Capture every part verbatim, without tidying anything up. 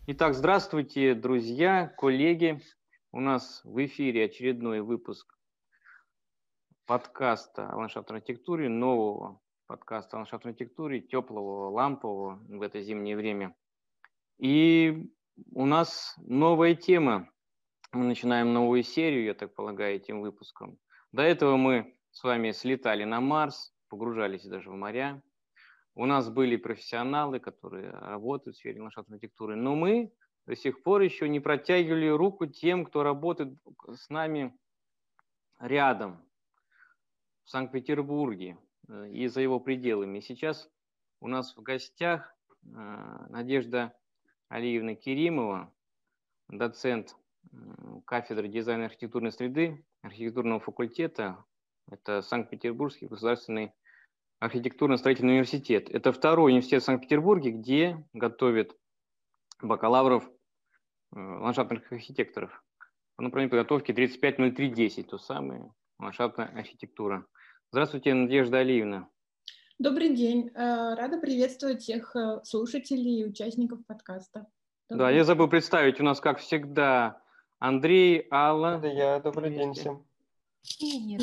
Итак, здравствуйте, друзья, коллеги. У нас в эфире очередной выпуск подкаста о ландшафтной архитектуре, нового подкаста о ландшафтной архитектуре, теплого, лампового в это зимнее время. И у нас новая тема. Мы начинаем новую серию, я так полагаю, этим выпуском. До этого мы с вами слетали на Марс, погружались даже в моря. У нас были профессионалы, которые работают в сфере ландшафтной архитектуры, но мы до сих пор еще не протягивали руку тем, кто работает с нами рядом, в Санкт-Петербурге и за его пределами. И сейчас у нас в гостях Надежда Алиевна Керимова, доцент кафедры дизайна и архитектурной среды архитектурного факультета. Это Санкт-Петербургский государственный архитектурно-строительный университет. Это второй университет в Санкт-Петербурге, где готовят бакалавров ландшафтных архитекторов по направлению подготовки тридцать пять ноль три десять, то самое ландшафтная архитектура. Здравствуйте, Надежда Алиевна. Добрый день. Рада приветствовать всех слушателей и участников подкаста. Добрый да, день. Я забыл представить, у нас, как всегда, Андрей, Алла. Это я. Добрый день всем. Нет.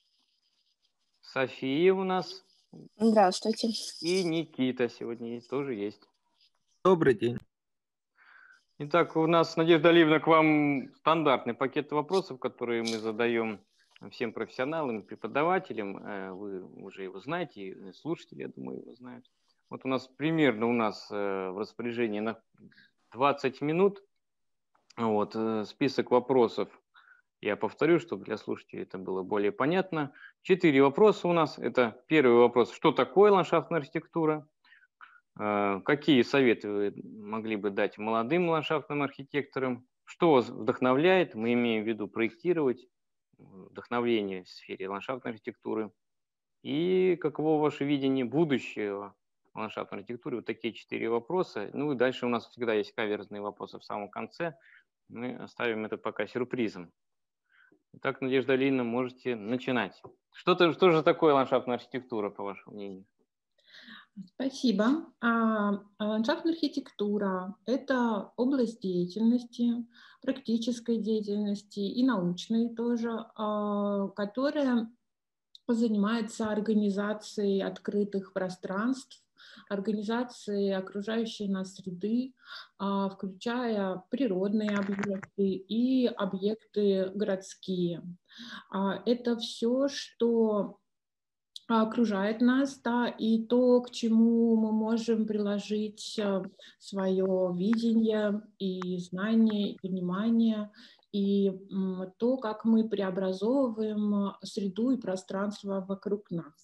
София у нас. Здравствуйте. И Никита сегодня тоже есть. Добрый день. Итак, у нас, Надежда Алиевна, к вам стандартный пакет вопросов, которые мы задаем всем профессионалам, преподавателям. Вы уже его знаете, слушатели, я думаю, его знают. Вот у нас примерно у нас в распоряжении на двадцать минут. Вот, список вопросов я повторю, чтобы для слушателей это было более понятно. Четыре вопроса у нас. Это первый вопрос: что такое ландшафтная архитектура? Какие советы вы могли бы дать молодым ландшафтным архитекторам? Что вас вдохновляет? Мы имеем в виду проектировать, вдохновление в сфере ландшафтной архитектуры. И каково ваше видение будущего ландшафтной архитектуры? Вот такие четыре вопроса. Ну и дальше у нас всегда есть каверзные вопросы в самом конце. Мы оставим это пока сюрпризом. Итак, Надежда Алиевна, можете начинать. Что, что же такое ландшафтная архитектура, по вашему мнению? Спасибо. Ландшафтная архитектура – это область деятельности, практической деятельности и научной тоже, которая занимается организацией открытых пространств, организацией окружающей нас среды, включая природные объекты и объекты городские. Это все, что окружает нас, да, и то, к чему мы можем приложить свое видение и знание, и понимание, и то, как мы преобразовываем среду и пространство вокруг нас.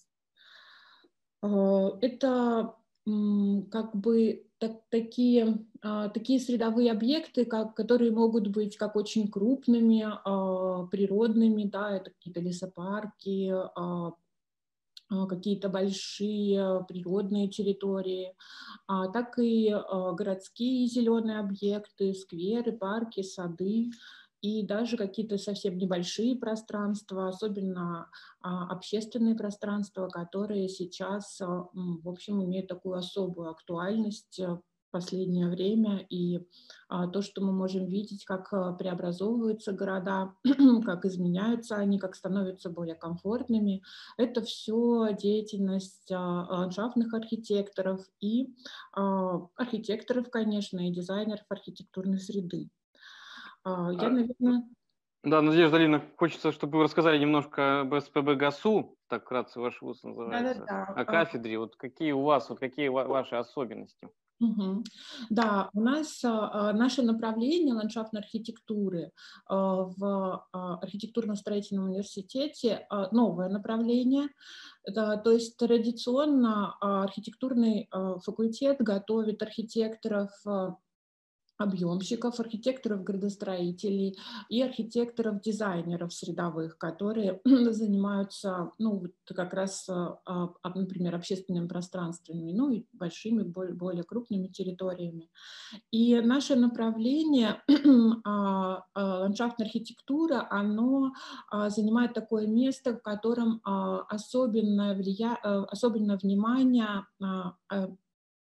Это как бы так, такие, такие средовые объекты, как, которые могут быть как очень крупными, природными, да, это какие-то лесопарки, какие-то большие природные территории, так и городские зеленые объекты, скверы, парки, сады и даже какие-то совсем небольшие пространства, особенно общественные пространства, которые сейчас, в общем, имеют такую особую актуальность в последнее время, и а, то, что мы можем видеть, как а, преобразовываются города, как изменяются они, как становятся более комфортными, это все деятельность а, ландшафтных архитекторов и а, архитекторов, конечно, и дизайнеров архитектурной среды. А, я, наверное... Да, Надежда Алиевна, хочется, чтобы вы рассказали немножко об СПб-ГАСУ, так вкратце ваш вуз называется, Да-да-да. о кафедре. Вот какие у вас, вот какие ваши особенности? Угу. Да, у нас а, наше направление ландшафтной архитектуры а, в а, архитектурно-строительном университете а, новое направление. Да, то есть традиционно а, архитектурный а, факультет готовит архитекторов, а, объемщиков, архитекторов, градостроителей и архитекторов-дизайнеров средовых, которые занимаются, ну, как раз, например, общественными пространствами, ну, и большими, более, более крупными территориями. И наше направление, ландшафтная архитектура, оно занимает такое место, в котором особенное, влия... особенное внимание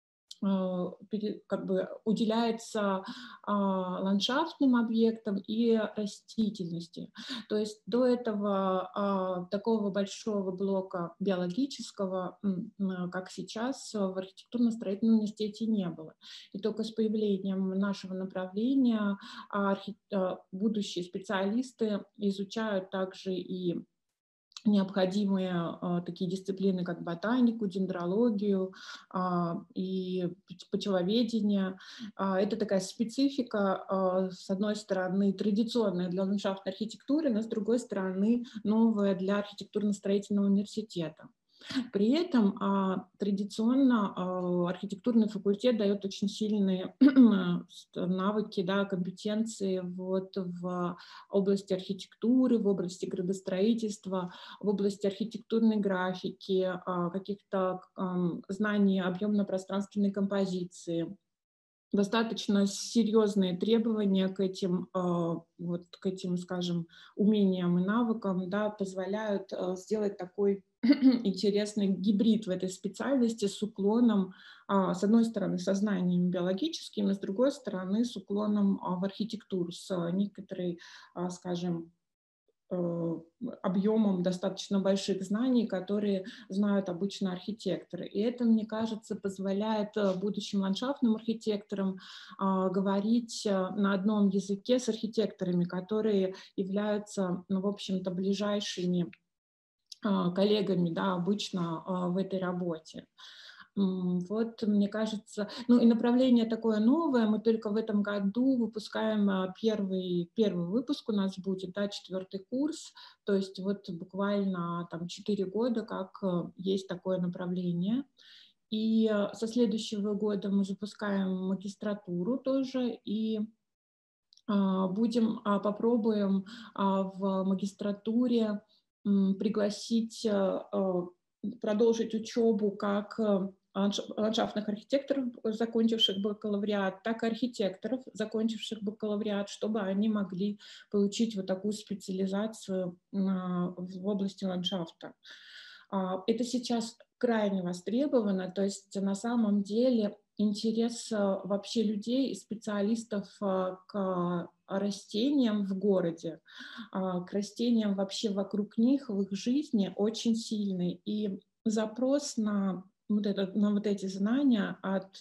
как бы уделяется ландшафтным объектам и растительности. То есть до этого такого большого блока биологического, как сейчас, в архитектурно-строительном университете не было. И только с появлением нашего направления будущие специалисты изучают также и необходимые э, такие дисциплины, как ботанику, дендрологию э, и почвоведение. Э, это такая специфика, э, с одной стороны, традиционная для ландшафтной архитектуры, но с другой стороны, новая для архитектурно-строительного университета. При этом а, традиционно а, архитектурный факультет дает очень сильные навыки, да, компетенции вот в области архитектуры, в области градостроительства, в области архитектурной графики, а, каких-то а, знаний объемно-пространственной композиции. Достаточно серьезные требования к этим, вот, к этим, скажем, умениям и навыкам, да, позволяют сделать такой интересный гибрид в этой специальности с уклоном, с одной стороны, со знаниями биологическими, с другой стороны, с уклоном в архитектуру, с некоторой, скажем, объемом достаточно больших знаний, которые знают обычно архитекторы. И это, мне кажется, позволяет будущим ландшафтным архитекторам а, говорить на одном языке с архитекторами, которые являются, ну, в общем-то, ближайшими а, коллегами, да, обычно а, в этой работе. Вот, мне кажется, ну и направление такое новое, мы только в этом году выпускаем первый, первый выпуск у нас будет, да, четвертый курс, то есть вот буквально там четыре года, как есть такое направление. И со следующего года мы запускаем магистратуру тоже, и будем, попробуем в магистратуре пригласить, продолжить учебу как ландшафтных архитекторов, закончивших бакалавриат, так и архитекторов, закончивших бакалавриат, чтобы они могли получить вот такую специализацию в области ландшафта. Это сейчас крайне востребовано, то есть на самом деле интерес вообще людей и специалистов к растениям в городе, к растениям вообще вокруг них, в их жизни очень сильный. И запрос на вот, это, на вот эти знания от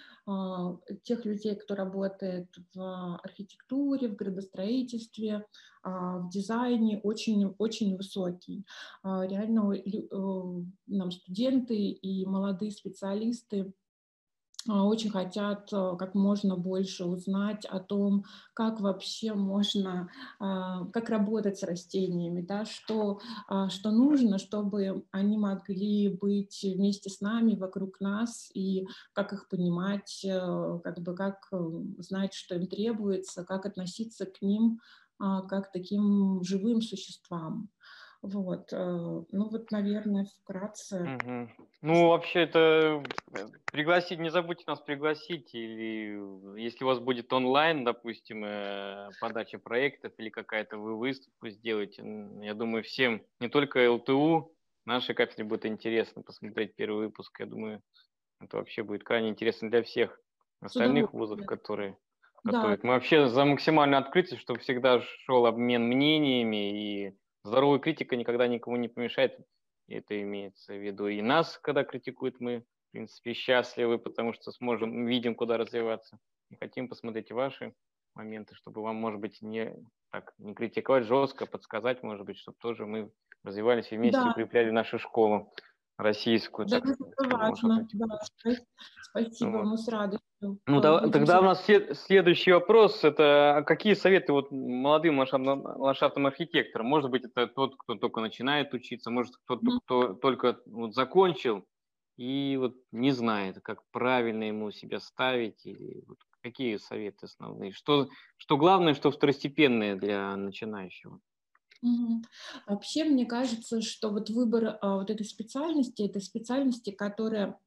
а, тех людей, кто работает в архитектуре, в градостроительстве, а, в дизайне, очень, очень высокий. А, реально а, нам студенты и молодые специалисты очень хотят как можно больше узнать о том, как вообще можно, как работать с растениями, да, что, что нужно, чтобы они могли быть вместе с нами, вокруг нас, и как их понимать, как бы, как знать, что им требуется, как относиться к ним как к таким живым существам. Вот, ну вот, наверное, вкратце. Угу. Ну, вообще, это пригласить, не забудьте нас пригласить, или если у вас будет онлайн, допустим, подача проектов или какая-то вы выставку сделаете, я думаю, всем, не только эл тэ у, нашей кафедре будет интересно посмотреть первый выпуск, я думаю, это вообще будет крайне интересно для всех остальных вузов, которые готовят. Да. Мы вообще за максимальную открытость, чтобы всегда шел обмен мнениями, и здоровая критика никогда никому не помешает. Это имеется в виду. И нас, когда критикуют, мы, в принципе, счастливы, потому что сможем, видим, куда развиваться. И хотим посмотреть ваши моменты, чтобы вам, может быть, не, так, не критиковать жестко, подсказать, может быть, чтобы тоже мы развивались и вместе, да, укрепляли нашу школу российскую. Да, Так, это важно. Да, спасибо, вот. Мы с радостью. Ну, да, тогда у нас следующий вопрос. Это какие советы вот молодым ландшафтным, ландшафтным архитекторам? Может быть, это тот, кто только начинает учиться, может, кто-то, mm. кто только вот закончил и вот не знает, как правильно ему себя ставить, или вот какие советы основные? Что, что главное, что второстепенное для начинающего? Угу. Вообще, мне кажется, что вот выбор а, вот этой специальности, это специальности, которая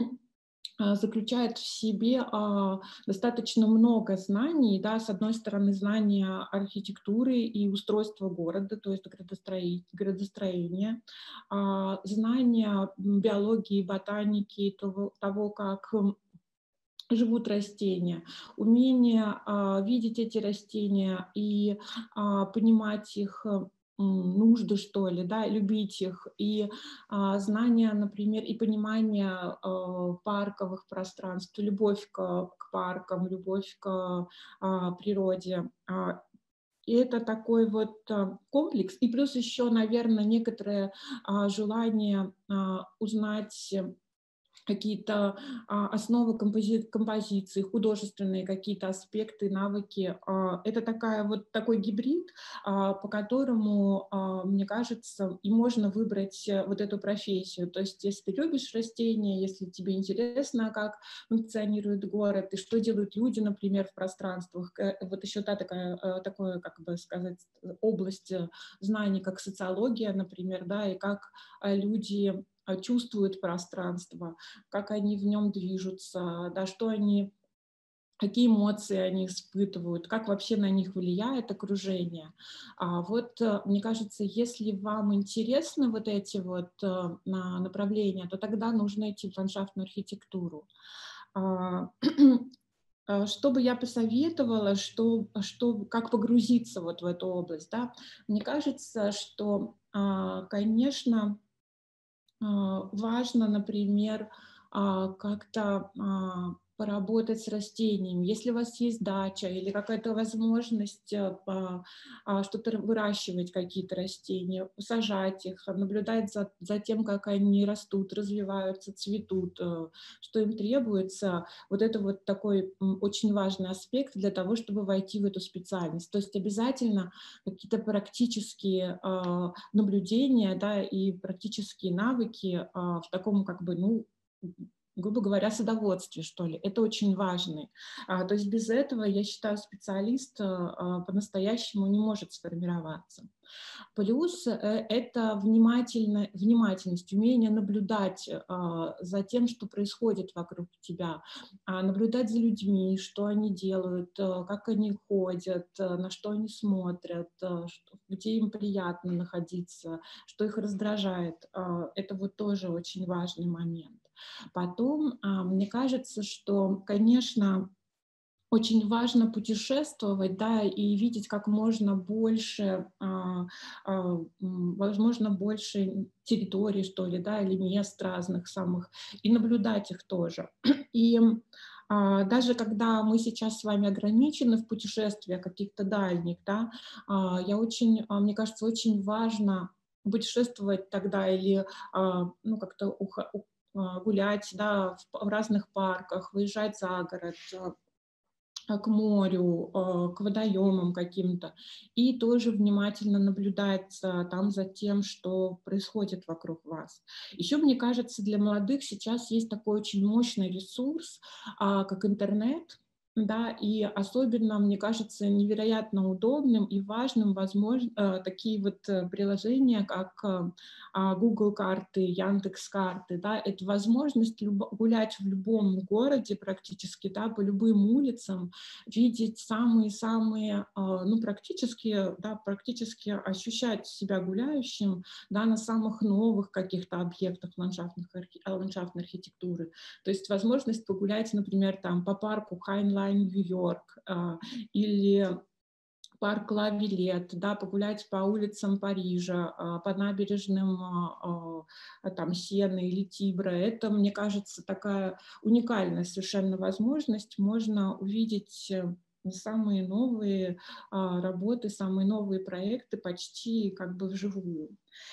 заключает в себе а, достаточно много знаний, да, с одной стороны, знания архитектуры и устройства города, то есть градострои, градостроения, а, знания биологии, ботаники, того, того как живут растения, умение а, видеть эти растения и а, понимать их м, нужды, что ли, да, любить их, и а, знание, например, и понимание а, парковых пространств, любовь к, к паркам, любовь к а, природе. А, и это такой вот а, комплекс, и плюс еще, наверное, некоторое а, желание а, узнать какие-то а, основы компози- композиции, художественные какие-то аспекты, навыки. А, это такая, вот такой гибрид, а, по которому, а, мне кажется, и можно выбрать э, вот эту профессию. То есть если ты любишь растения, если тебе интересно, как функционирует город и что делают люди, например, в пространствах, э, вот еще та такая, э, такое, как бы сказать, область э, знаний, как социология, например, да, и как э, люди э, чувствуют пространство, как они в нем движутся, да, что они, какие эмоции они испытывают, как вообще на них влияет окружение. А вот, э, мне кажется, если вам интересны вот эти вот э, на- направления, то тогда нужно идти в ландшафтную архитектуру. А, э, Что бы я посоветовала, что, что, как погрузиться вот в эту область, да? Мне кажется, что, а, конечно, а, важно, например, а, как-то а, поработать с растениями. Если у вас есть дача или какая-то возможность а, по- а, что-то выращивать, какие-то растения, сажать их, наблюдать за, за тем, как они растут, развиваются, цветут, э, что им требуется, вот это вот такой м, очень важный аспект для того, чтобы войти в эту специальность. То есть обязательно какие-то практические а, наблюдения, да, и практические навыки а, в таком, как бы, ну, грубо говоря, садоводстве, что ли. Это очень важно. А, то есть без этого, я считаю, специалист а, по-настоящему не может сформироваться. Плюс э, это внимательно, внимательность, умение наблюдать а, за тем, что происходит вокруг тебя, а, наблюдать за людьми, что они делают, а, как они ходят, а, на что они смотрят, а, что, где им приятно находиться, что их раздражает. А, это вот тоже очень важный момент. Потом, а, мне кажется, что, конечно, очень важно путешествовать, да, и видеть как можно больше, а, а, м, возможно, больше территорий, что ли, да, или мест разных самых, и наблюдать их тоже. И а, даже когда мы сейчас с вами ограничены в путешествиях каких-то дальних, да, а, я очень, а, мне кажется, очень важно путешествовать тогда или, а, ну, как-то уха- у- а, гулять, да, в, в разных парках, выезжать за город, а, а, к морю, а, к водоемам каким-то, и тоже внимательно наблюдать а, там за тем, что происходит вокруг вас. Еще, мне кажется, для молодых сейчас есть такой очень мощный ресурс, а, как интернет, да, и особенно, мне кажется, невероятно удобным и важным, возможно, э, такие вот э, приложения, как э, а, Google карты, Яндекс карты, да, это возможность любо- гулять в любом городе практически, да, по любым улицам, видеть самые-самые, а, ну, практически, да, практически ощущать себя гуляющим, да, на самых новых каких-то объектах ландшафтных, архи- а, ландшафтной архитектуры. То есть возможность погулять, например, там по парку Хайнлайн, Нью-Йорк, а, или парк Ла Вилет, да, погулять по улицам Парижа, а, по набережным а, а, там Сены или Тибра. Это, мне кажется, такая уникальная совершенно возможность. Можно увидеть э, самые новые а, работы, самые новые проекты почти как бы вживую.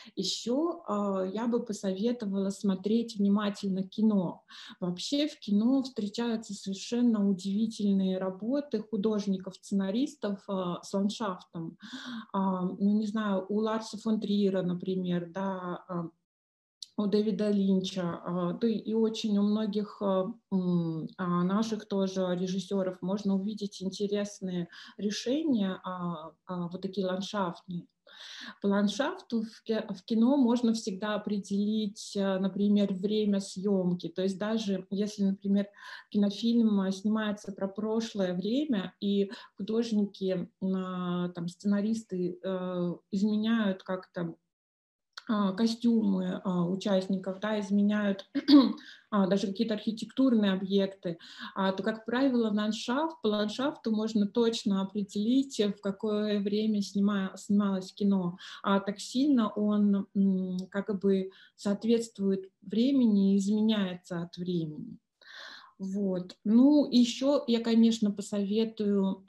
Еще а, я бы посоветовала смотреть внимательно кино. Вообще в кино встречаются совершенно удивительные работы художников, сценаристов а, с ландшафтом. А, ну, не знаю, у Ларса фон Триера, например, да, а, у Дэвида Линча, а, да и очень у многих а, м, а, наших тоже режиссеров можно увидеть интересные решения, а, а, вот такие ландшафтные. По ландшафту в ки- в кино можно всегда определить, э, например, время съемки. То есть даже если, например, кинофильм э, снимается про прошлое время, и художники, а, там, сценаристы э, изменяют как-то костюмы участников, да, изменяют даже какие-то архитектурные объекты, то, как правило, ландшафт, по ландшафту можно точно определить, в какое время снима, снималось кино. А так сильно он как бы соответствует времени и изменяется от времени. Вот. Ну, еще я, конечно, посоветую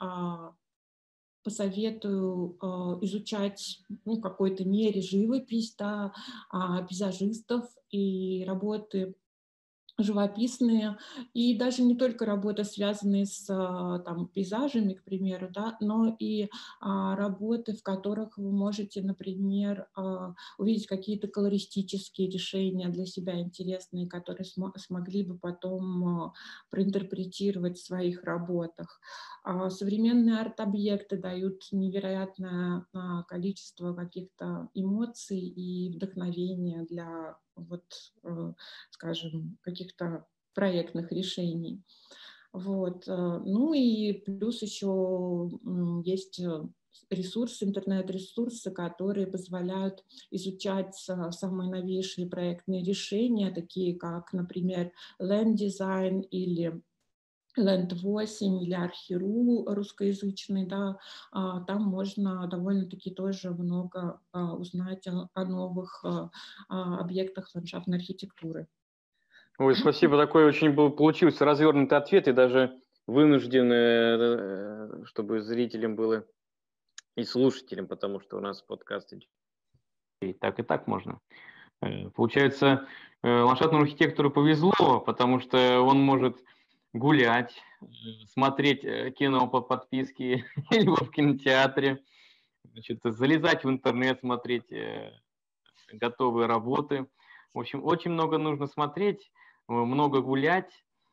посоветую э, изучать ну, в какой-то мере живопись, да, э, пейзажистов и работы живописные, и даже не только работы, связанные с там, пейзажами, к примеру, да, но и а, работы, в которых вы можете, например, а, увидеть какие-то колористические решения для себя интересные, которые см- смогли бы потом а, проинтерпретировать в своих работах. А, современные арт-объекты дают невероятное а, количество каких-то эмоций и вдохновения для вот, э, скажем, каких-то проектных решений. Вот. Ну и плюс еще есть ресурсы, интернет-ресурсы, которые позволяют изучать самые новейшие проектные решения, такие как, например, Лендизайн или Ленд восемь или Архиру русскоязычный, да, там можно довольно-таки тоже много узнать о, о новых объектах ландшафтной архитектуры. Ой, спасибо, такой очень был, получился развернутый ответ, и даже вынужден, чтобы зрителям было и слушателям, потому что у нас подкаст идет. И так, и так можно. Получается, ландшафтному архитектору повезло, потому что он может гулять, смотреть кино по подписке или в кинотеатре, значит, залезать в интернет, смотреть готовые работы. В общем, очень много нужно смотреть, много гулять,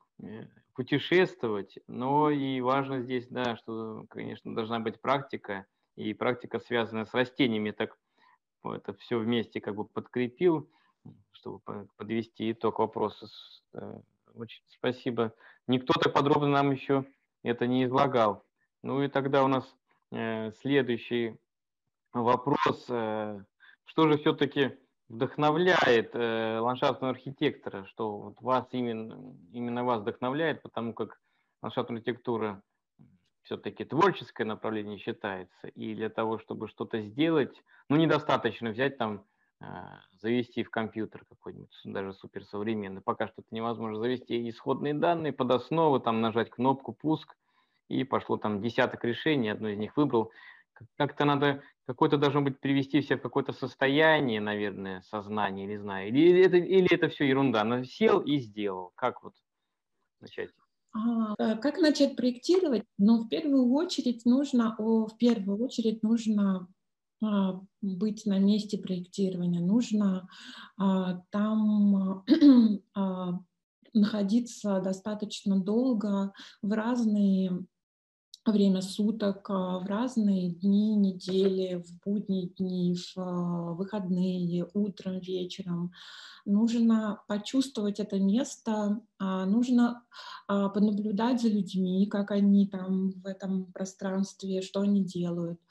путешествовать, но и важно здесь, да, что, конечно, должна быть практика, и практика, связанная с растениями. Так это все вместе как бы подкрепил, чтобы подвести итог вопроса. Очень спасибо. Никто так подробно нам еще это не излагал. Ну и тогда у нас следующий вопрос. Что же все-таки вдохновляет э, ландшафтного архитектора, что вот вас именно, именно вас вдохновляет, потому как ландшафтная архитектура все-таки творческое направление считается, и для того, чтобы что-то сделать, ну, недостаточно взять там, э, завести в компьютер какой-нибудь, даже суперсовременный, пока что это невозможно, завести исходные данные под основу, там нажать кнопку «Пуск», и пошло там десяток решений, одно из них выбрал. Как-то надо, какое-то должно быть привести себя в какое-то состояние, наверное, сознание, не знаю. Или это, или это все ерунда. Но сел и сделал. Как вот начать? А, как начать проектировать? Ну, в первую очередь нужно, о, в первую очередь нужно а, быть на месте проектирования, нужно а, там а, находиться достаточно долго в разные время суток, в разные дни, недели, в будние дни, в выходные, утром, вечером. Нужно почувствовать это место, нужно понаблюдать за людьми, как они там в этом пространстве, что они делают,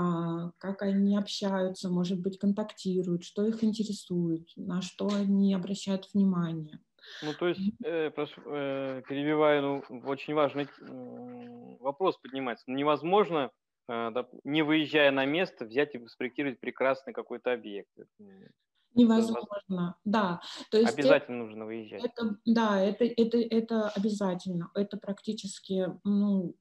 как они общаются, может быть, контактируют, что их интересует, на что они обращают внимание. Ну, то есть, э, прошу, э, перебиваю, ну, очень важный э, вопрос поднимается. Ну, невозможно, э, доп, не выезжая на место, взять и спроектировать прекрасный какой-то объект. Невозможно, да. То есть обязательно это, нужно выезжать. Это, да, это, это, это обязательно. Это практически ну,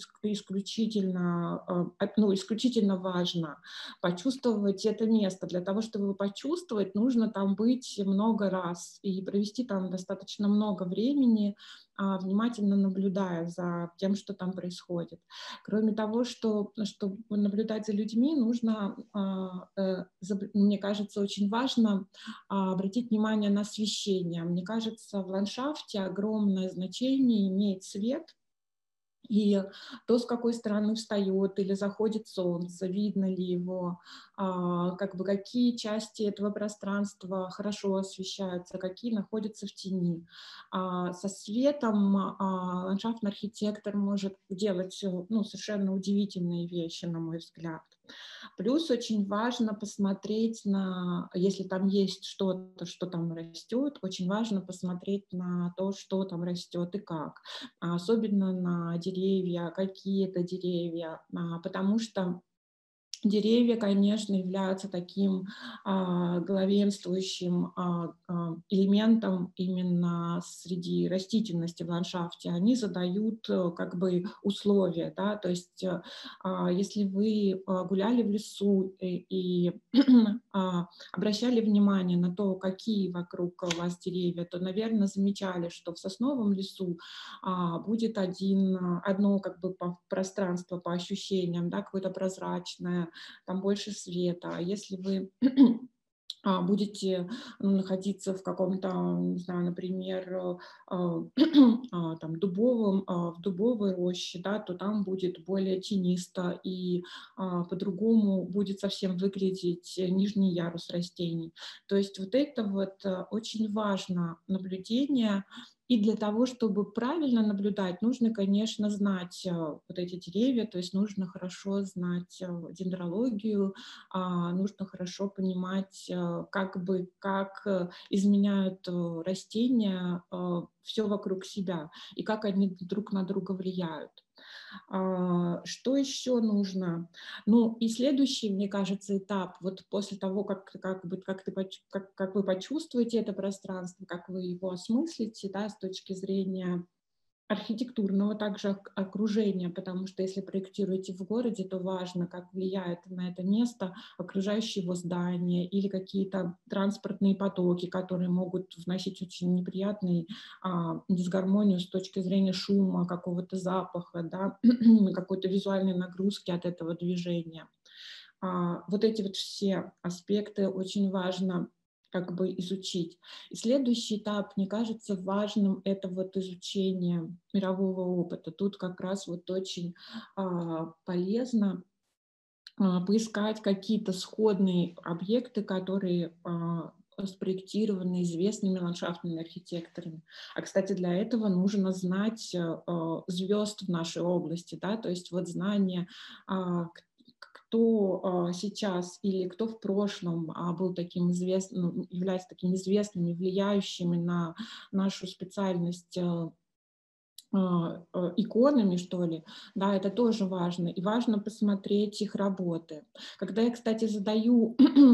исключительно, ну, исключительно важно почувствовать это место. Для того, чтобы его почувствовать, нужно там быть много раз и провести там достаточно много времени, внимательно наблюдая за тем, что там происходит. Кроме того, что, чтобы наблюдать за людьми, нужно, мне кажется, очень важно обратить внимание на освещение. Мне кажется, в ландшафте огромное значение имеет свет. И то, с какой стороны встает или заходит солнце, видно ли его, а, как бы какие части этого пространства хорошо освещаются, какие находятся в тени. А, со светом а, ландшафтный архитектор может делать ну, совершенно удивительные вещи, на мой взгляд. Плюс очень важно посмотреть на, если там есть что-то, что там растет, очень важно посмотреть на то, что там растет и как. А особенно на деревья, какие-то деревья, а, потому что деревья, конечно, являются таким а, главенствующим а, а, элементом именно среди растительности в ландшафте. Они задают а, как бы условия, да, то есть а, если вы а, гуляли в лесу и, и а, обращали внимание на то, какие вокруг у вас деревья, то, наверное, замечали, что в сосновом лесу а, будет один, одно как бы по пространство по ощущениям, да, какое-то прозрачное, там больше света. А если вы будете находиться в каком-то, не знаю, например, там, дубовом, в дубовой роще, да, то там будет более тенисто и по-другому будет совсем выглядеть нижний ярус растений. То есть вот это вот очень важно наблюдение. И для того, чтобы правильно наблюдать, нужно, конечно, знать вот эти деревья, то есть нужно хорошо знать дендрологию, нужно хорошо понимать, как бы, как изменяют растения все вокруг себя и как они друг на друга влияют. Что еще нужно? Ну и следующий, мне кажется, этап, вот после того, как, как, бы, как, ты, как, как вы почувствуете это пространство, как вы его осмыслите, да, с точки зрения архитектурного также окружения, потому что если проектируете в городе, то важно, как влияет на это место окружающие его здания или какие-то транспортные потоки, которые могут вносить очень неприятный а, дисгармонию с точки зрения шума, какого-то запаха, да, какой-то визуальной нагрузки от этого движения. А, вот эти вот все аспекты очень важно как бы изучить. И следующий этап, мне кажется, важным, это вот изучение мирового опыта. Тут как раз вот очень а, полезно а, поискать какие-то сходные объекты, которые а, спроектированы известными ландшафтными архитекторами. А, кстати, для этого нужно знать а, звезд в нашей области, да, то есть вот знание, а, кто сейчас или кто в прошлом был таким известным, является такими известными, влияющими на нашу специальность иконами, что ли, да, это тоже важно. И важно посмотреть их работы. Когда я, кстати, задаю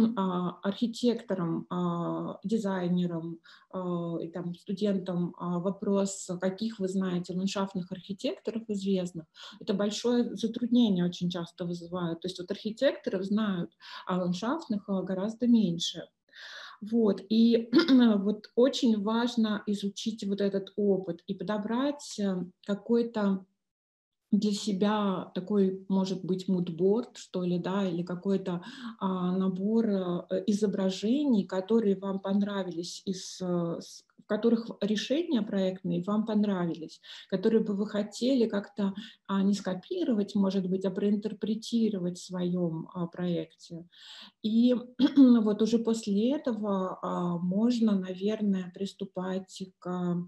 архитекторам, дизайнерам и там, студентам вопрос, каких вы знаете ландшафтных архитекторов известных, это большое затруднение очень часто вызывает. То есть вот архитекторов знают, а ландшафтных гораздо меньше. Вот, и вот очень важно изучить вот этот опыт и подобрать какой-то для себя такой, может быть, мудборд, что ли, да, или какой-то а, набор а, изображений, которые вам понравились, из, с, в которых решения проектные вам понравились, которые бы вы хотели как-то а, не скопировать, может быть, а проинтерпретировать в своем а, проекте. И вот уже после этого а, можно, наверное, приступать к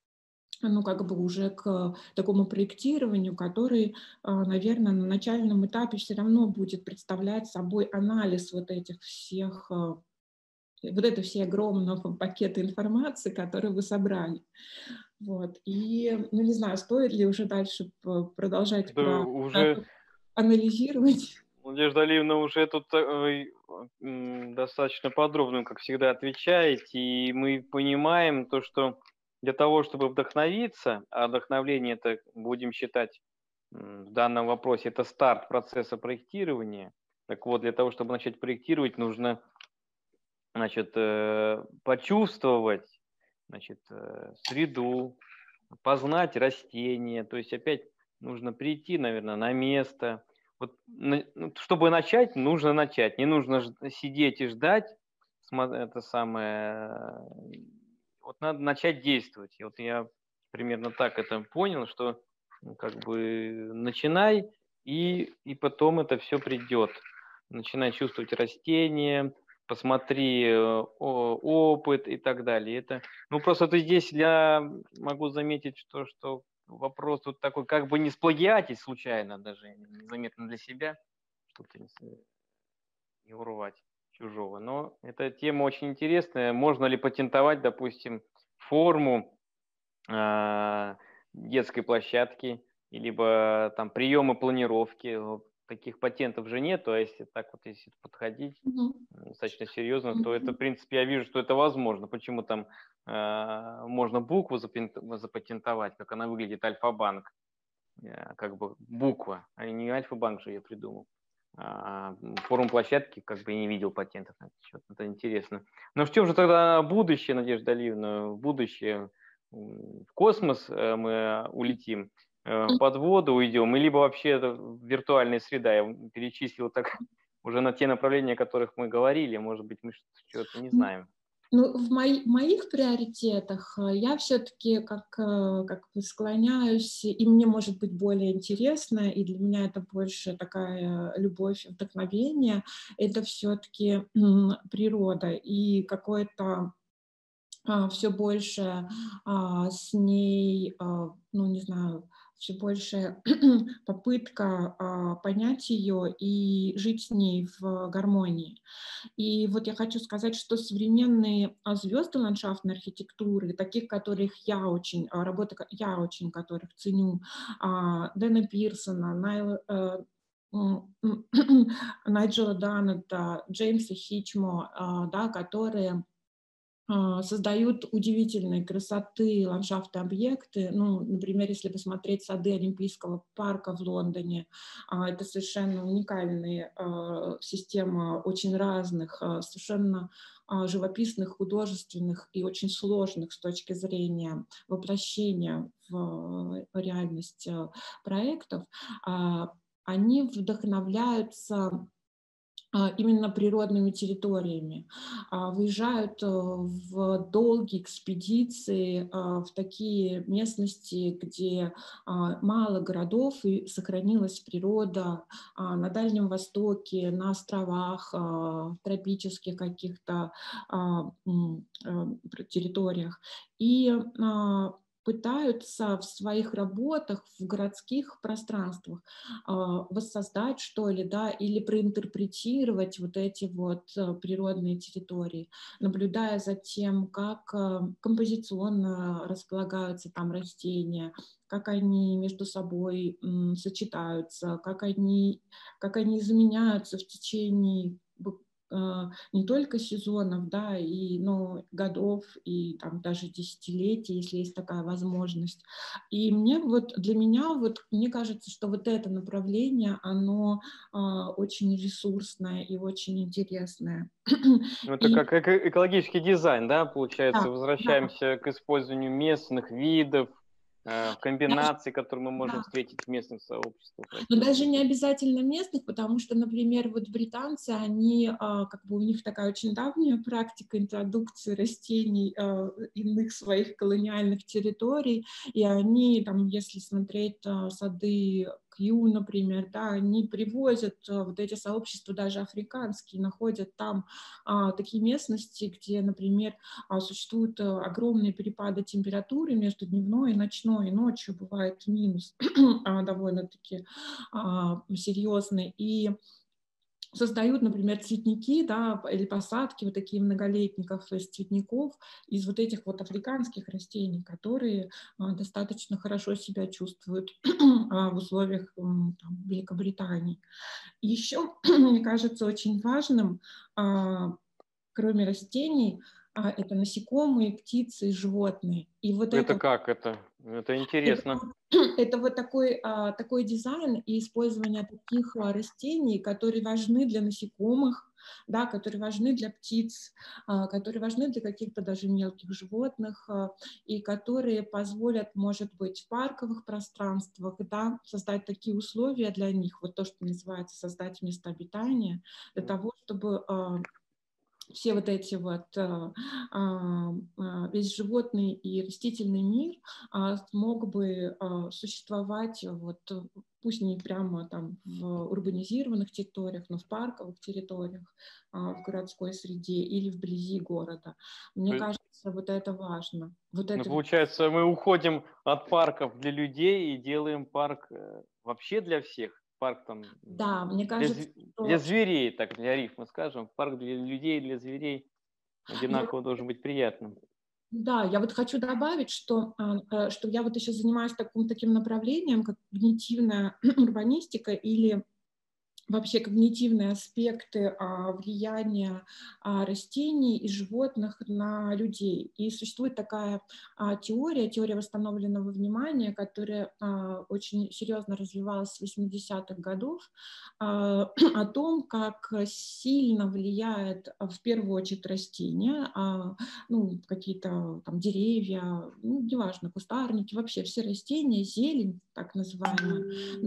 ну, как бы уже к такому проектированию, который, наверное, на начальном этапе все равно будет представлять собой анализ вот этих всех, вот это все огромного пакета информации, которые вы собрали. Вот. И, ну, не знаю, стоит ли уже дальше продолжать Да, про уже анализировать. Надежда Алиевна уже тут э, достаточно подробно, как всегда, отвечаете, и мы понимаем то, что для того, чтобы вдохновиться, а вдохновление это, будем считать, в данном вопросе, это старт процесса проектирования. Так вот, для того, чтобы начать проектировать, нужно, значит, э, почувствовать, значит, э, среду, познать растения, то есть опять нужно прийти, наверное, на место. Вот, чтобы начать, нужно начать. Не нужно сидеть и ждать. Это самое. Вот надо начать действовать. И вот я примерно так это понял, что ну, как бы начинай, и, и потом это все придет. Начинай чувствовать растения, посмотри э, опыт и так далее. Это, ну, просто ты здесь я могу заметить, что, что вопрос тут такой, как бы не сплагиатить случайно, даже незаметно для себя, что-то и урвать чужого. Но эта тема очень интересная. Можно ли патентовать, допустим, форму э, детской площадки, либо там приемы планировки? Вот таких патентов же нет, а если так вот, если подходить Мгм. достаточно серьезно, то это, Мгм. в принципе, я вижу, что это возможно. Почему там э, можно букву запен- запатентовать, как она выглядит, Альфа-банк, э, как бы буква, а не Альфа-банк же я придумал. А, форум площадки как бы и не видел патентов на этот счет. Это интересно. Но в чем же тогда будущее, Надежда Алиевна? В будущее м, в космос э, мы улетим, э, под воду уйдем, и либо вообще это виртуальная среда. Я перечислил так уже на те направления, о которых мы говорили. Может быть, мы что-то не знаем. Ну, в мои- моих приоритетах э, я все-таки как, э, как бы склоняюсь, и мне может быть более интересно, и для меня это больше такая любовь, вдохновение, это все-таки природа и какое-то все больше а, с ней, а, ну, не знаю, все больше попытка а, понять ее и жить с ней в гармонии. И вот я хочу сказать, что современные а, звезды ландшафтной архитектуры, таких, которых я очень, а, работы ко- я очень которых ценю, а, Дэна Пирсона, Найл, э, м, м, Найджела Даннета, Джеймса Хичмо, а, да, которые а, создают удивительной красоты ландшафтные объекты. Ну, например, если посмотреть сады Олимпийского парка в Лондоне, а, это совершенно уникальная а, система очень разных, а, совершенно а, живописных, художественных и очень сложных с точки зрения воплощения в а, реальность а, проектов. А, Они вдохновляются а, именно природными территориями, а, выезжают э, в долгие экспедиции а, в такие местности, где а, мало городов и сохранилась природа, а, на Дальнем Востоке, на островах, а, в тропических каких-то а, м, э, территориях. И а, пытаются в своих работах, в городских пространствах а, воссоздать, что ли, да, или проинтерпретировать вот эти вот э, природные территории, наблюдая за тем, как э, композиционно располагаются там растения, как они между собой м, сочетаются, как они, как они изменяются в течение бу- э, не только сезонов, да, и, но годов, и там даже десятилетий, если есть такая возможность. И мне вот, для меня вот, мне кажется, что вот это направление, оно а, очень ресурсное и очень интересное. Ну, это И как эко- экологический дизайн, да, получается, да, да, возвращаемся к использованию местных видов, э, в даже, комбинации, которые мы можем да. встретить в местных сообществах Но даже растительных. не обязательно местных, потому что, например, вот британцы, они, а, как бы у них такая очень давняя практика интродукции растений а, иных своих колониальных территорий, и они, там, если смотреть а, сады Кью, например, да, они привозят а, вот эти сообщества, даже африканские, находят там а, такие местности, где, например, а, существуют а, огромные перепады температуры между дневной и ночной, и ночью бывает минус а, довольно-таки а, серьезный, и создают, например, цветники, да, или посадки вот такие многолетников из цветников, из вот этих вот африканских растений, которые а, достаточно хорошо себя чувствуют а, в условиях м, там, Великобритании. И еще, мне кажется, очень важным, а, кроме растений, а, это насекомые, птицы и животные. И вот Это это как это? Это это, интересно. это вот такой, а, такой дизайн и использование таких а, растений, которые важны для насекомых, да, которые важны для птиц, а, которые важны для каких-то даже мелких животных, а, и которые позволят, может быть, в парковых пространствах, да, создать такие условия для них, вот то, что называется создать место обитания, для того, чтобы а, все вот эти вот, а, а, а, весь животный и растительный мир а, смог бы а, существовать, вот, пусть не прямо там в урбанизированных территориях, но в парковых территориях, а, в городской среде или вблизи города. То Мне есть, кажется, вот это важно. Вот ну, это получается, мы уходим от парков для людей и делаем парк э, вообще для всех. парк там Да, мне для, кажется, зв- что... для зверей, так для рифма скажем, парк для людей, для зверей одинаково Я должен быть приятным. Да, я вот хочу добавить, что, а, э, что я вот еще занимаюсь таким, таким направлением, как когнитивная урбанистика или вообще когнитивные аспекты а, влияния а, растений и животных на людей. И существует такая а, теория, теория восстановленного внимания, которая а, очень серьезно развивалась с восьмидесятых годов, а, о том, как сильно влияет а, в первую очередь растения, а, ну, какие-то там деревья, ну, неважно, кустарники, вообще все растения, зелень, так называемая,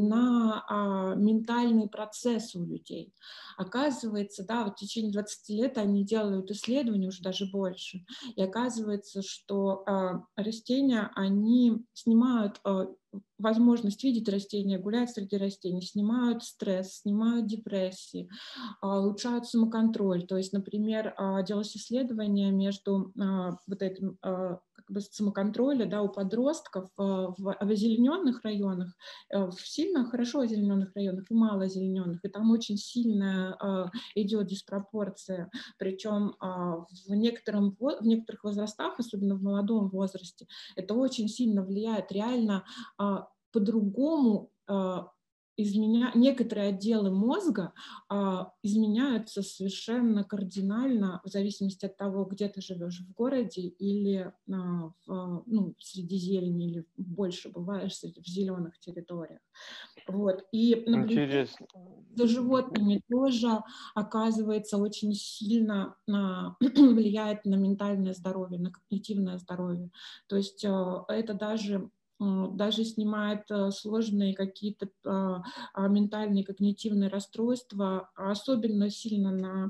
на а, ментальный процесс у людей. Оказывается, да, вот в течение двадцати лет они делают исследования, уже даже больше, и оказывается, что э, растения, они снимают э, возможность видеть растения, гулять среди растений, снимают стресс, снимают депрессии, э, улучшают самоконтроль. То есть, например, э, делалось исследование между э, вот этим э, как бы самоконтроля, да, у подростков э, в озелененных районах, э, в сильно хорошо озелененных районах и мало озелененных, и там очень сильная э, идет диспропорция, причем э, в, некотором, в некоторых возрастах, особенно в молодом возрасте, это очень сильно влияет реально э, по-другому. Э, изменя... Некоторые отделы мозга а, изменяются совершенно кардинально в зависимости от того, где ты живешь, в городе или а, в, ну, среди зелени, или больше бываешь в зеленых территориях. Вот. И наблюдение Интересно. за животными тоже, оказывается, очень сильно а, влияет на ментальное здоровье, на когнитивное здоровье. То есть а, это даже даже снимает сложные какие-то а, а, ментальные когнитивные расстройства, особенно сильно на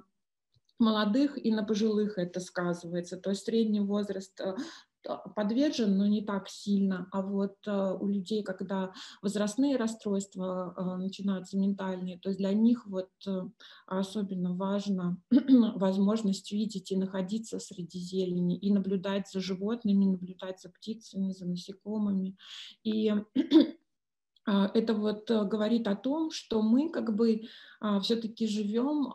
молодых и на пожилых это сказывается. То есть средний возраст подвержен, но не так сильно. А вот у людей, когда возрастные расстройства начинаются ментальные, то есть для них вот особенно важна возможность видеть и находиться среди зелени, и наблюдать за животными, наблюдать за птицами, за насекомыми. И это вот говорит о том, что мы как бы все-таки живем,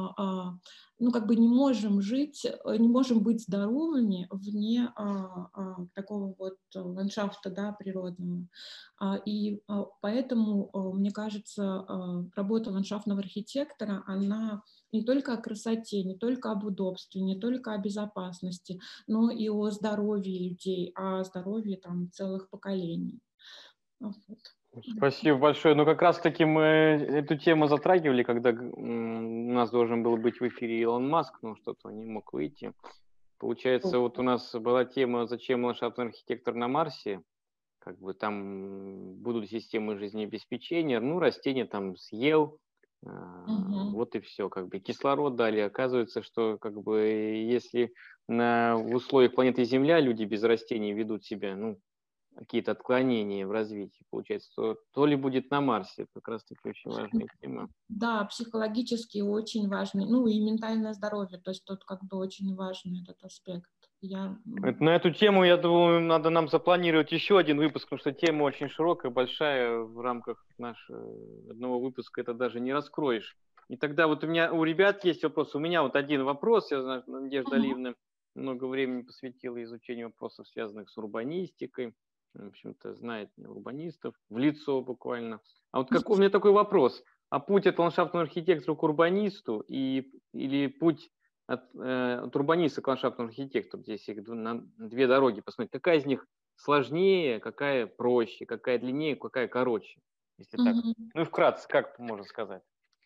ну как бы не можем жить, не можем быть здоровыми вне такого вот ландшафта, да, природного. И поэтому, мне кажется, работа ландшафтного архитектора, она не только о красоте, не только об удобстве, не только о безопасности, но и о здоровье людей, о здоровье там целых поколений. Вот. Спасибо большое. Ну, как раз-таки мы эту тему затрагивали, когда у нас должен был быть в эфире Илон Маск, но что-то он не мог выйти. Получается, вот у нас была тема «Зачем ландшафтный архитектор на Марсе?» Как бы там будут системы жизнеобеспечения, ну, растения там съел, Угу. вот и все, как бы кислород дали. Оказывается, что как бы если на, в условиях планеты Земля люди без растений ведут себя, ну, какие-то отклонения в развитии, получается, то, то ли будет на Марсе. Это как раз-таки очень важная тема. Да, психологически очень важный, ну и ментальное здоровье, то есть тут как бы очень важный этот аспект. Я... На эту тему, я думаю, надо нам запланировать еще один выпуск, потому что тема очень широкая, большая, в рамках нашего одного выпуска это даже не раскроешь. И тогда вот у меня, у ребят есть вопрос, у меня вот один вопрос, я знаю, Надежда Алиевна много времени посвятила изучению вопросов, связанных с урбанистикой. В общем-то, знает урбанистов в лицо буквально. А вот какой у меня такой вопрос? А путь от ландшафтного архитектора к урбанисту и, или путь от, э, от урбаниста к ландшафтному архитектору? Здесь их на две дороги посмотреть. Какая из них сложнее, какая проще, какая длиннее, какая короче? Если так. Угу. Ну и вкратце, как можно сказать?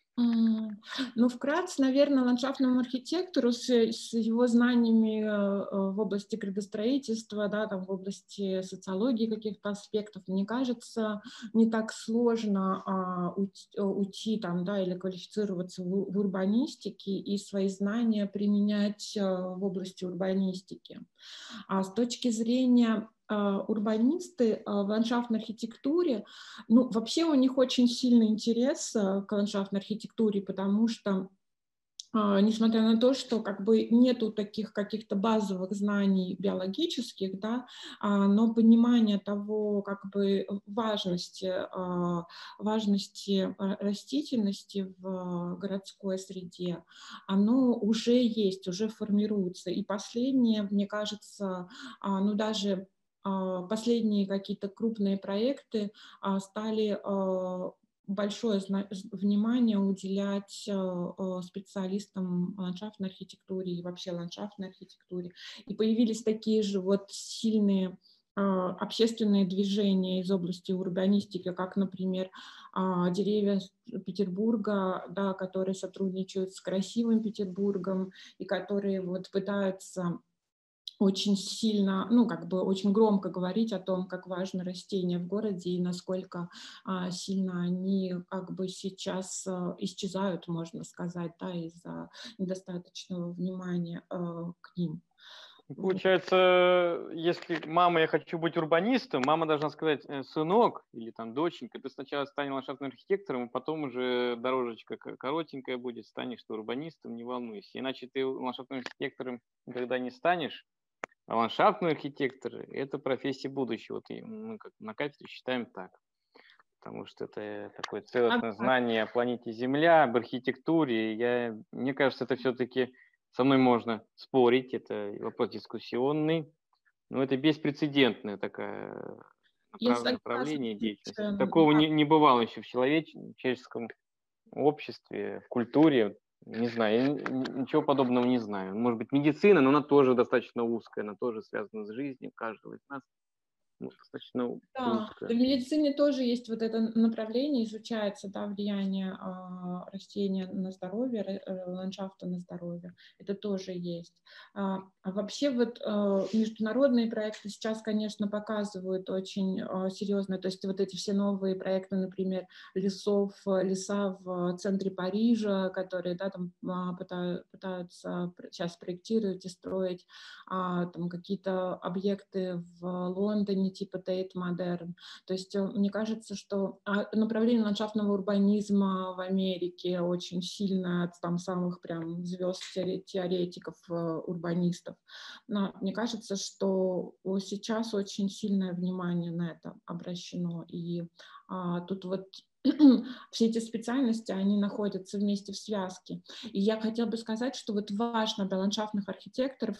Ну, вкратце, наверное, ландшафтному архитектору с, с его знаниями в области градостроительства, да, там, в области социологии каких-то аспектов, мне кажется, не так сложно а, уйти, уйти там, да, или квалифицироваться в, в урбанистике и свои знания применять а, в области урбанистики. А с точки зрения урбанисты в ландшафтной архитектуре, ну, вообще у них очень сильный интерес к ландшафтной архитектуре, потому что несмотря на то, что как бы нету таких каких-то базовых знаний биологических, да, но понимание того, как бы важности, важности растительности в городской среде, оно уже есть, уже формируется. И последнее, мне кажется, ну даже последние какие-то крупные проекты стали большое внимание уделять специалистам ландшафтной архитектуре и вообще ландшафтной архитектуре. И появились такие же вот сильные общественные движения из области урбанистики, как, например, деревья Петербурга, да, которые сотрудничают с Красивым Петербургом и которые вот пытаются очень сильно, ну, как бы очень громко говорить о том, как важно растения в городе и насколько а, сильно они как бы сейчас а, исчезают, можно сказать, да, из-за недостаточного внимания а, к ним. Получается, если мама, я хочу быть урбанистом, мама должна сказать: сынок или там доченька, ты сначала стань ландшафтным архитектором, а потом уже дорожечка коротенькая будет, станешь ты урбанистом, не волнуйся. Иначе ты ландшафтным архитектором никогда не станешь. А ландшафтный архитектор – это профессия будущего. Вот мы как на кафедре считаем так. Потому что это такое целостное знание о планете Земля, об архитектуре. Я, мне кажется, это все-таки со мной можно спорить. Это вопрос дискуссионный. Но это беспрецедентное такое направ... направление деятельности. Такого не, не бывало еще в человеч... человеческом обществе, в культуре. Не знаю, я ничего подобного не знаю. Может быть, медицина, но она тоже достаточно узкая, она тоже связана с жизнью каждого из нас. Ну, достаточно да, узкая. в медицине тоже есть вот это направление, изучается, да, влияние а, растения на здоровье, ландшафта на здоровье. Это тоже есть. А, а вообще вот а, международные проекты сейчас, конечно, показывают очень а, серьезно, то есть вот эти все новые проекты, например, лесов, леса в центре Парижа, которые, да, там а, пытаются, пытаются сейчас проектировать и строить а, там какие-то объекты в Лондоне, типа Тейт Модерн. То есть мне кажется, что направление ландшафтного урбанизма в Америке очень сильно от там самых прям звезд теоретиков, урбанистов. Но мне кажется, что сейчас очень сильное внимание на это обращено. И а, тут вот все эти специальности, они находятся вместе в связке. И я хотела бы сказать, что вот важно для ландшафтных архитекторов,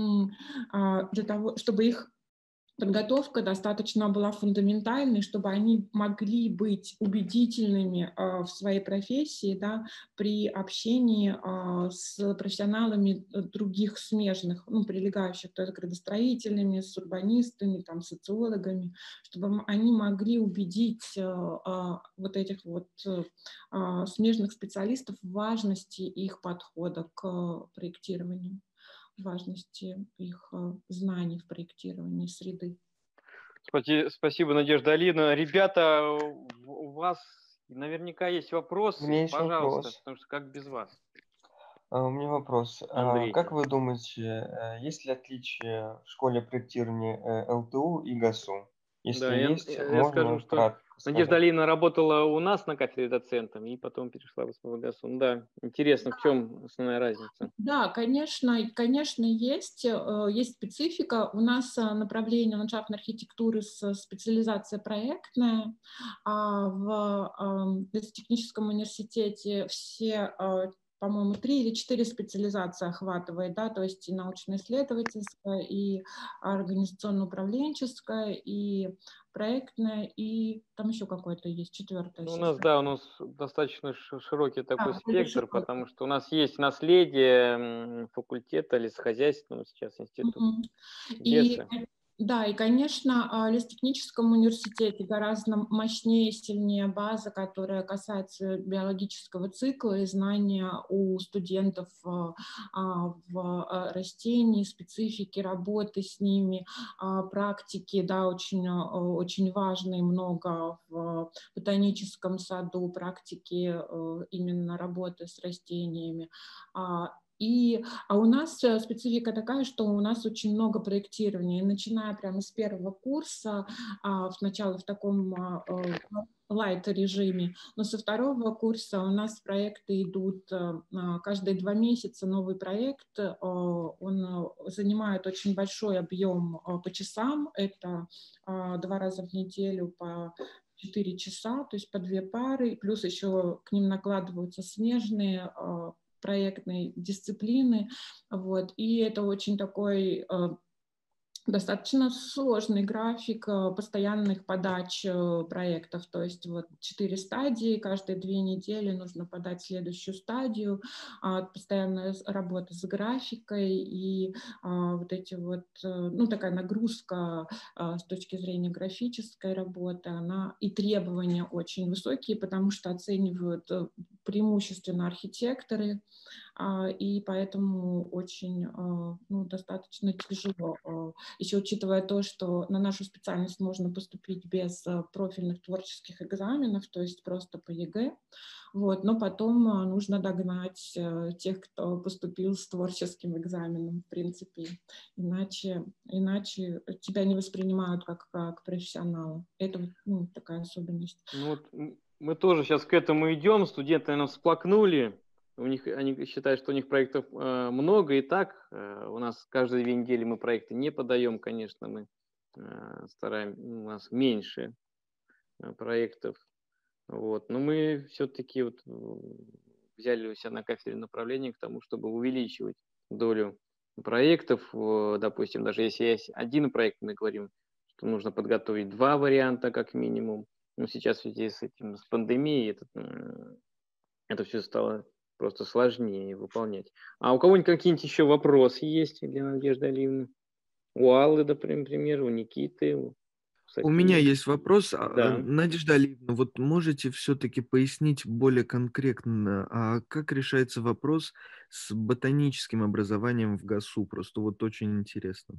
для того, чтобы их подготовка достаточно была фундаментальной, чтобы они могли быть убедительными э, в своей профессии, да, при общении э, с профессионалами других смежных, ну, прилегающих, то есть градостроителями, с урбанистами, там, социологами, чтобы они могли убедить э, э, вот этих вот э, смежных специалистов в важности их подхода к проектированию, важности их знаний в проектировании среды. Спасибо, Надежда Алина. Ребята, у вас наверняка есть вопросы. У меня есть Пожалуйста, вопрос. потому что как без вас? А, у меня вопрос. Андрей. А, как вы думаете, есть ли отличия в школе проектирования эл тэ у и ГАСУ? Если Да, есть, я, я можно скажу, что кратко Надежда сказать. Алина работала у нас на кафедре доцентом и потом перешла в СПбГАСУ. Да, интересно, в чем основная разница? Да, конечно, конечно, есть, есть специфика. У нас направление ландшафтной архитектуры с специализацией проектная, а в техническом университете все, по-моему, три или четыре специализации охватывает, да, то есть и научно-исследовательская, и организационно-управленческая, и проектная, и там еще какое-то есть, четвертое. Ну, у нас, да, у нас достаточно широкий такой да, спектр, потому что у нас есть наследие факультета лесохозяйственного сейчас института. Mm-hmm. И, да, и, конечно, в лесотехническом университете гораздо мощнее, сильнее база, которая касается биологического цикла и знания у студентов в растении, специфики работы с ними, практики, да, очень, очень важные, много в ботаническом саду, практики именно работы с растениями. И, а у нас специфика такая, что у нас очень много проектирования, и начиная прямо с первого курса, а, сначала в таком а, лайт-режиме. Но со второго курса у нас проекты идут каждые два месяца, новый проект. Он занимает очень большой объем по часам. Это два раза в неделю по четыре часа, то есть по две пары. Плюс еще к ним накладываются смежные проектные дисциплины. Вот. И это очень такой достаточно сложный график постоянных подач проектов, то есть вот четыре стадии, каждые две недели нужно подать следующую стадию, постоянная работа с графикой и вот эти вот, ну такая нагрузка с точки зрения графической работы, она и требования очень высокие, потому что оценивают преимущественно архитекторы, и поэтому очень, ну, достаточно тяжело. Еще учитывая то, что на нашу специальность можно поступить без профильных творческих экзаменов, то есть просто по ЕГЭ, вот, но потом нужно догнать тех, кто поступил с творческим экзаменом, в принципе, иначе, иначе тебя не воспринимают как, как профессионала. Это, ну, такая особенность. Ну, вот мы тоже сейчас к этому идем, студенты, наверное, всплакнули. У них, они считают, что у них проектов э, много и так. Э, у нас каждые две недели мы проекты не подаем, конечно, мы э, стараемся, у нас меньше э, проектов. Вот. Но мы все-таки вот взяли у себя на кафедре направление к тому, чтобы увеличивать долю проектов. Допустим, даже если есть один проект, мы говорим, что нужно подготовить два варианта как минимум. Но сейчас в связи с этим, с пандемией, это, это все стало просто сложнее выполнять. А у кого-нибудь какие-нибудь еще вопросы есть для Надежды Алиевны? У Аллы, например, у Никиты, у Софии? У меня есть вопрос. Да. Надежда Алиевна, вот можете все-таки пояснить более конкретно, а как решается вопрос с ботаническим образованием в ГАСУ? Просто вот очень интересно.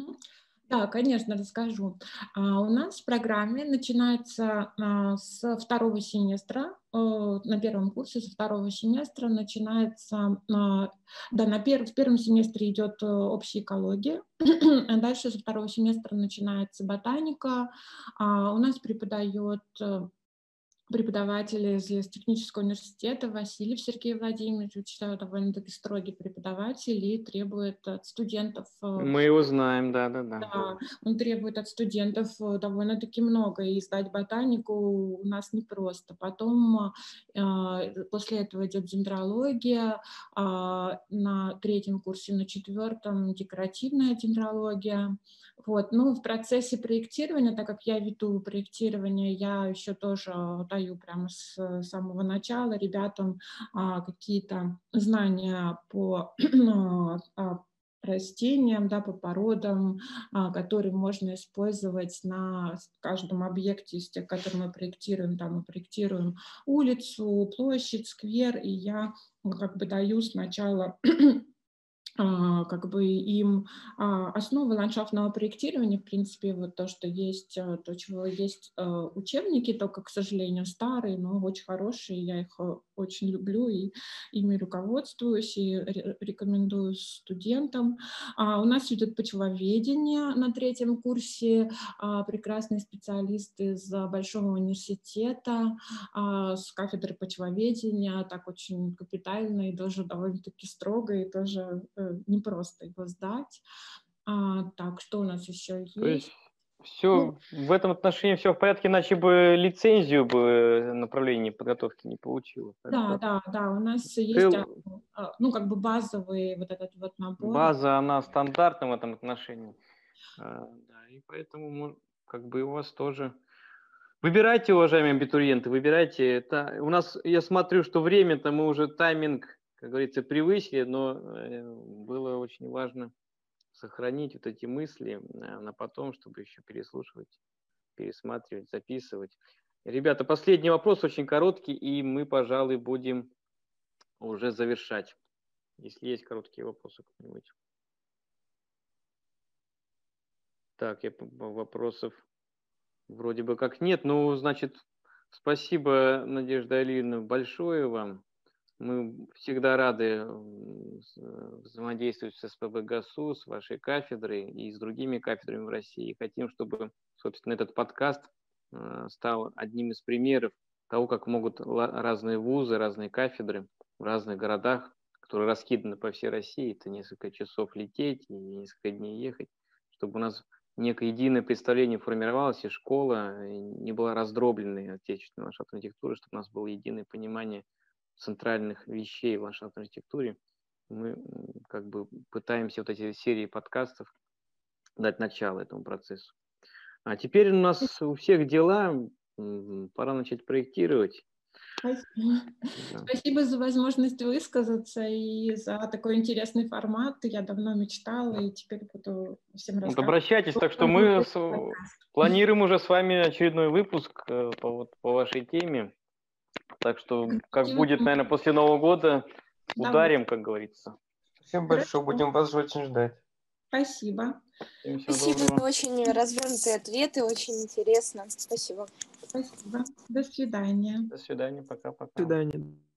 Да, конечно, расскажу. А, у нас в программе начинается а, с второго семестра, а, на первом курсе со второго семестра начинается, а, да, на пер, в первом семестре идет общая экология, а дальше со второго семестра начинается ботаника. А, у нас преподает преподаватель из технического университета Васильев Сергей Владимирович, довольно-таки строгий преподаватель и требует от студентов... Мы его знаем, да-да-да. Да, он требует от студентов довольно-таки много, и сдать ботанику у нас непросто. Потом после этого идет дендрология, на третьем курсе, на четвертом декоративная дендрология. Вот. Ну, в процессе проектирования, так как я веду проектирование, я еще тоже даю прямо с самого начала ребятам а, какие-то знания по растениям, да, по породам, а, которые можно использовать на каждом объекте из тех, которые мы проектируем. Там мы проектируем улицу, площадь, сквер, и я как бы даю сначала как бы им основы ландшафтного проектирования, в принципе, вот то, что есть, то, чего есть учебники, только, к сожалению, старые, но очень хорошие, я их очень люблю и ими руководствуюсь и рекомендую студентам. А у нас идет почвоведение на третьем курсе, прекрасные специалисты из Большого университета, с кафедры почвоведения, так очень капитально и даже довольно-таки строго, и тоже непросто его сдать. А, так, что у нас еще есть? То есть все ну, в этом отношении все в порядке, иначе бы лицензию бы направление подготовки не получило. Да, да, да, у нас Цел... есть, ну, как бы базовый вот этот вот набор. База, она стандартна в этом отношении. А, да, и поэтому, как бы, у вас тоже... Выбирайте, уважаемые абитуриенты, выбирайте. Это... У нас, я смотрю, что время-то мы уже тайминг, как говорится, превысили, но было очень важно сохранить вот эти мысли на потом, чтобы еще переслушивать, пересматривать, записывать. Ребята, последний вопрос очень короткий, и мы, пожалуй, будем уже завершать. Если есть короткие вопросы кто-нибудь. Так, я вопросов вроде бы как нет. Ну, значит, спасибо, Надежда Алиевна, большое вам. Мы всегда рады взаимодействовать с СПб ГАСУ, с вашей кафедрой и с другими кафедрами в России. Хотим, чтобы, собственно, этот подкаст стал одним из примеров того, как могут разные вузы, разные кафедры в разных городах, которые раскиданы по всей России, это несколько часов лететь и несколько дней ехать, чтобы у нас некое единое представление формировалось, и школа не была раздробленной отечественной ландшафтной архитектуры, чтобы у нас было единое понимание центральных вещей в ландшафтной архитектуре. Мы как бы пытаемся вот эти серии подкастов дать начало этому процессу. А теперь у нас у всех дела, пора начать проектировать. Спасибо. Да. Спасибо за возможность высказаться и за такой интересный формат. Я давно мечтала, и теперь буду всем Вот рассказывать. обращайтесь, так что мы с... планируем уже с вами очередной выпуск по, вот, по вашей теме. Так что, как Спасибо. будет, наверное, после Нового года, Давай. ударим, как говорится. Спасибо большое, будем вас очень ждать. Спасибо. Всем всего Спасибо доброго. за очень развернутые ответы, очень интересно. Спасибо. Спасибо. До свидания. До свидания, пока-пока. До свидания.